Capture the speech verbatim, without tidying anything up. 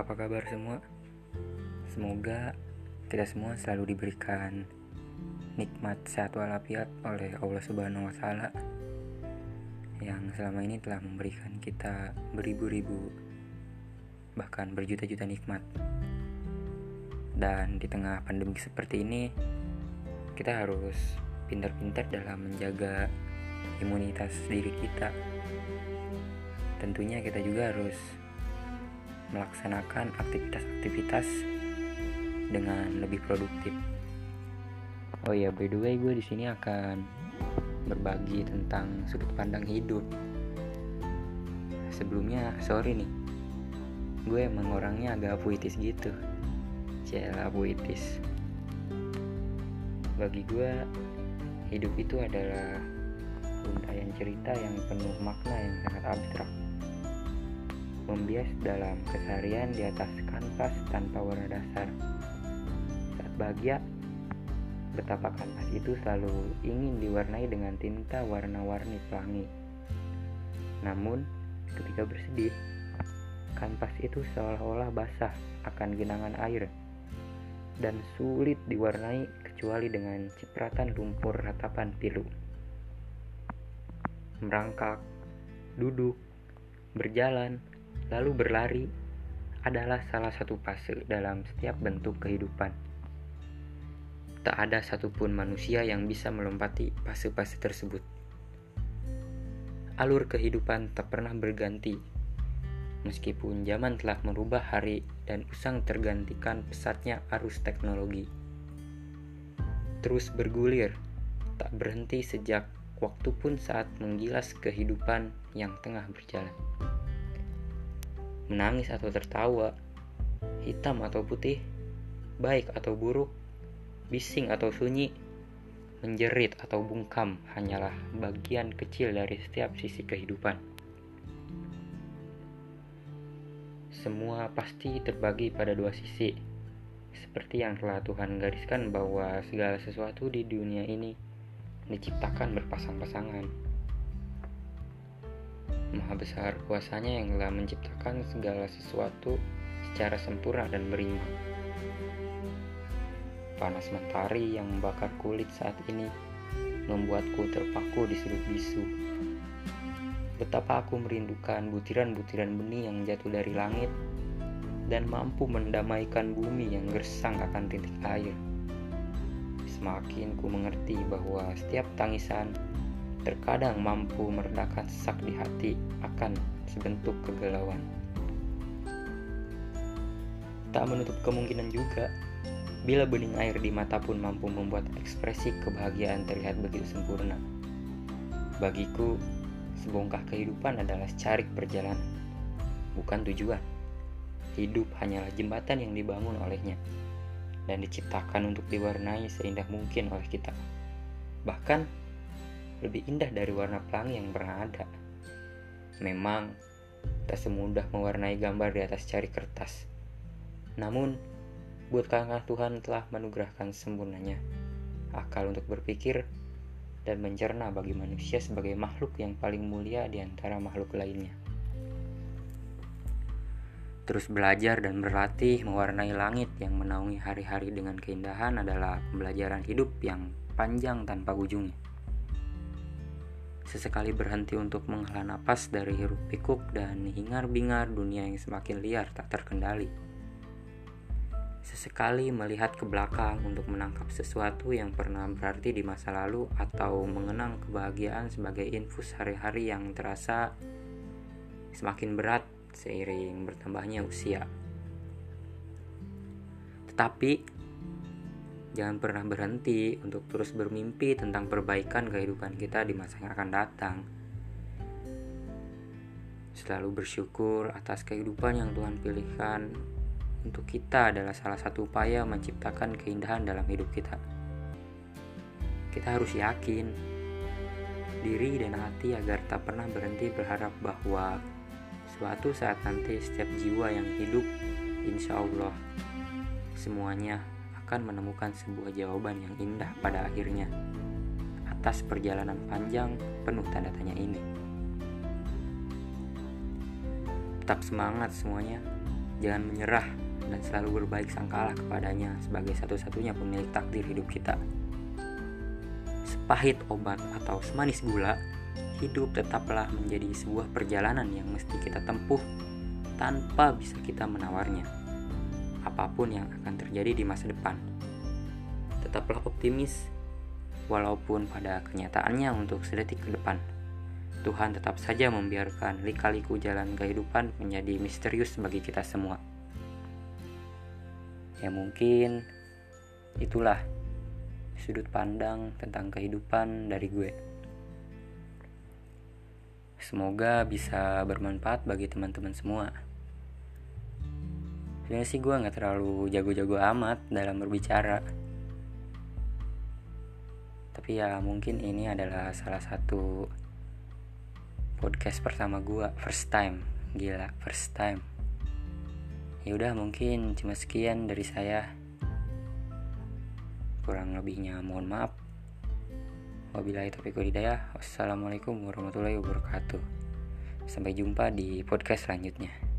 apa kabar semua? Semoga kita semua selalu diberikan nikmat sehat walafiat oleh Allah Subhanahu wa Ta'ala yang selama ini telah memberikan kita beribu-ribu bahkan berjuta-juta nikmat. Dan di tengah pandemi seperti ini, kita harus pintar-pintar dalam menjaga imunitas diri kita. Tentunya kita juga harus melaksanakan aktivitas-aktivitas dengan lebih produktif. Oh ya, by the way, gue di sini akan berbagi tentang sudut pandang hidup. Sebelumnya, sorry nih, gue emang orangnya agak puitis gitu. Cela puitis. Bagi gue, hidup itu adalah untayan cerita yang penuh makna yang sangat abstrak, membias dalam keseharian di atas kanvas tanpa warna dasar. Saat bahagia, betapa kanvas itu selalu ingin diwarnai dengan tinta warna-warni pelangi. Namun, ketika bersedih, kanvas itu seolah-olah basah akan genangan air dan sulit diwarnai kecuali dengan cipratan lumpur ratapan pilu. Merangkak, duduk, berjalan, lalu berlari adalah salah satu fase dalam setiap bentuk kehidupan. Tak ada satupun manusia yang bisa melompati fase-fase tersebut. Alur kehidupan tak pernah berganti, meskipun zaman telah merubah hari dan usang tergantikan pesatnya arus teknologi. Terus bergulir, tak berhenti sejak waktu pun saat menggilas kehidupan yang tengah berjalan. Menangis atau tertawa, hitam atau putih, baik atau buruk, bising atau sunyi, menjerit atau bungkam hanyalah bagian kecil dari setiap sisi kehidupan. Semua pasti terbagi pada dua sisi, seperti yang telah Tuhan gariskan bahwa segala sesuatu di dunia ini diciptakan berpasang-pasangan. Maha besar kuasanya yang telah menciptakan segala sesuatu secara sempurna dan berimbang. Panas matahari yang membakar kulit saat ini membuatku terpaku di sudut bisu. Betapa aku merindukan butiran-butiran benih yang jatuh dari langit dan mampu mendamaikan bumi yang gersang akan titik air. Semakin ku mengerti bahwa setiap tangisan terkadang mampu meredakan sesak di hati akan sebentuk kegalauan. Tak menutup kemungkinan juga bila bening air di mata pun mampu membuat ekspresi kebahagiaan terlihat begitu sempurna. Bagiku, sebongkah kehidupan adalah secarik perjalanan, bukan tujuan. Hidup hanyalah jembatan yang dibangun olehnya dan diciptakan untuk diwarnai seindah mungkin oleh kita. Bahkan, lebih indah dari warna pelangi yang pernah ada. Memang, tak semudah mewarnai gambar di atas cari kertas. Namun, buat karena Tuhan telah menugerahkan sempurnanya akal untuk berpikir dan mencerna bagi manusia sebagai makhluk yang paling mulia di antara makhluk lainnya. Terus belajar dan berlatih mewarnai langit yang menaungi hari-hari dengan keindahan adalah pembelajaran hidup yang panjang tanpa ujungnya. Sesekali berhenti untuk menghela napas dari hiruk pikuk dan hingar-bingar dunia yang semakin liar tak terkendali. Sesekali melihat ke belakang untuk menangkap sesuatu yang pernah berarti di masa lalu atau mengenang kebahagiaan sebagai infus hari-hari yang terasa semakin berat seiring bertambahnya usia. Tetapi jangan pernah berhenti untuk terus bermimpi tentang perbaikan kehidupan kita di masa yang akan datang. Selalu bersyukur atas kehidupan yang Tuhan pilihkan untuk kita adalah salah satu upaya menciptakan keindahan dalam hidup kita. Kita harus yakin diri dan hati agar tak pernah berhenti berharap bahwa suatu saat nanti setiap jiwa yang hidup, insya Allah, semuanya akan menemukan sebuah jawaban yang indah pada akhirnya atas perjalanan panjang penuh tanda tanya ini. Tetap semangat semuanya. Jangan menyerah dan selalu berbaik sangkalah kepadanya sebagai satu-satunya pemilik takdir hidup kita. Sepahit obat atau semanis gula, hidup tetaplah menjadi sebuah perjalanan yang mesti kita tempuh tanpa bisa kita menawarnya. Apapun yang akan terjadi di masa depan, tetaplah optimis, walaupun pada kenyataannya untuk sedetik ke depan, Tuhan tetap saja membiarkan lika-liku jalan kehidupan menjadi misterius bagi kita semua. Ya mungkin itulah sudut pandang tentang kehidupan dari gue. Semoga bisa bermanfaat bagi teman-teman semua. Sebenarnya sih gue gak terlalu jago-jago amat dalam berbicara, tapi ya mungkin ini adalah salah satu podcast pertama gue, first time. Gila, first time. Ya udah, mungkin cuma sekian dari saya. Kurang lebihnya mohon maaf. Wabillahi taufiq wal hidayah. Wassalamualaikum warahmatullahi wabarakatuh. Sampai jumpa di podcast selanjutnya.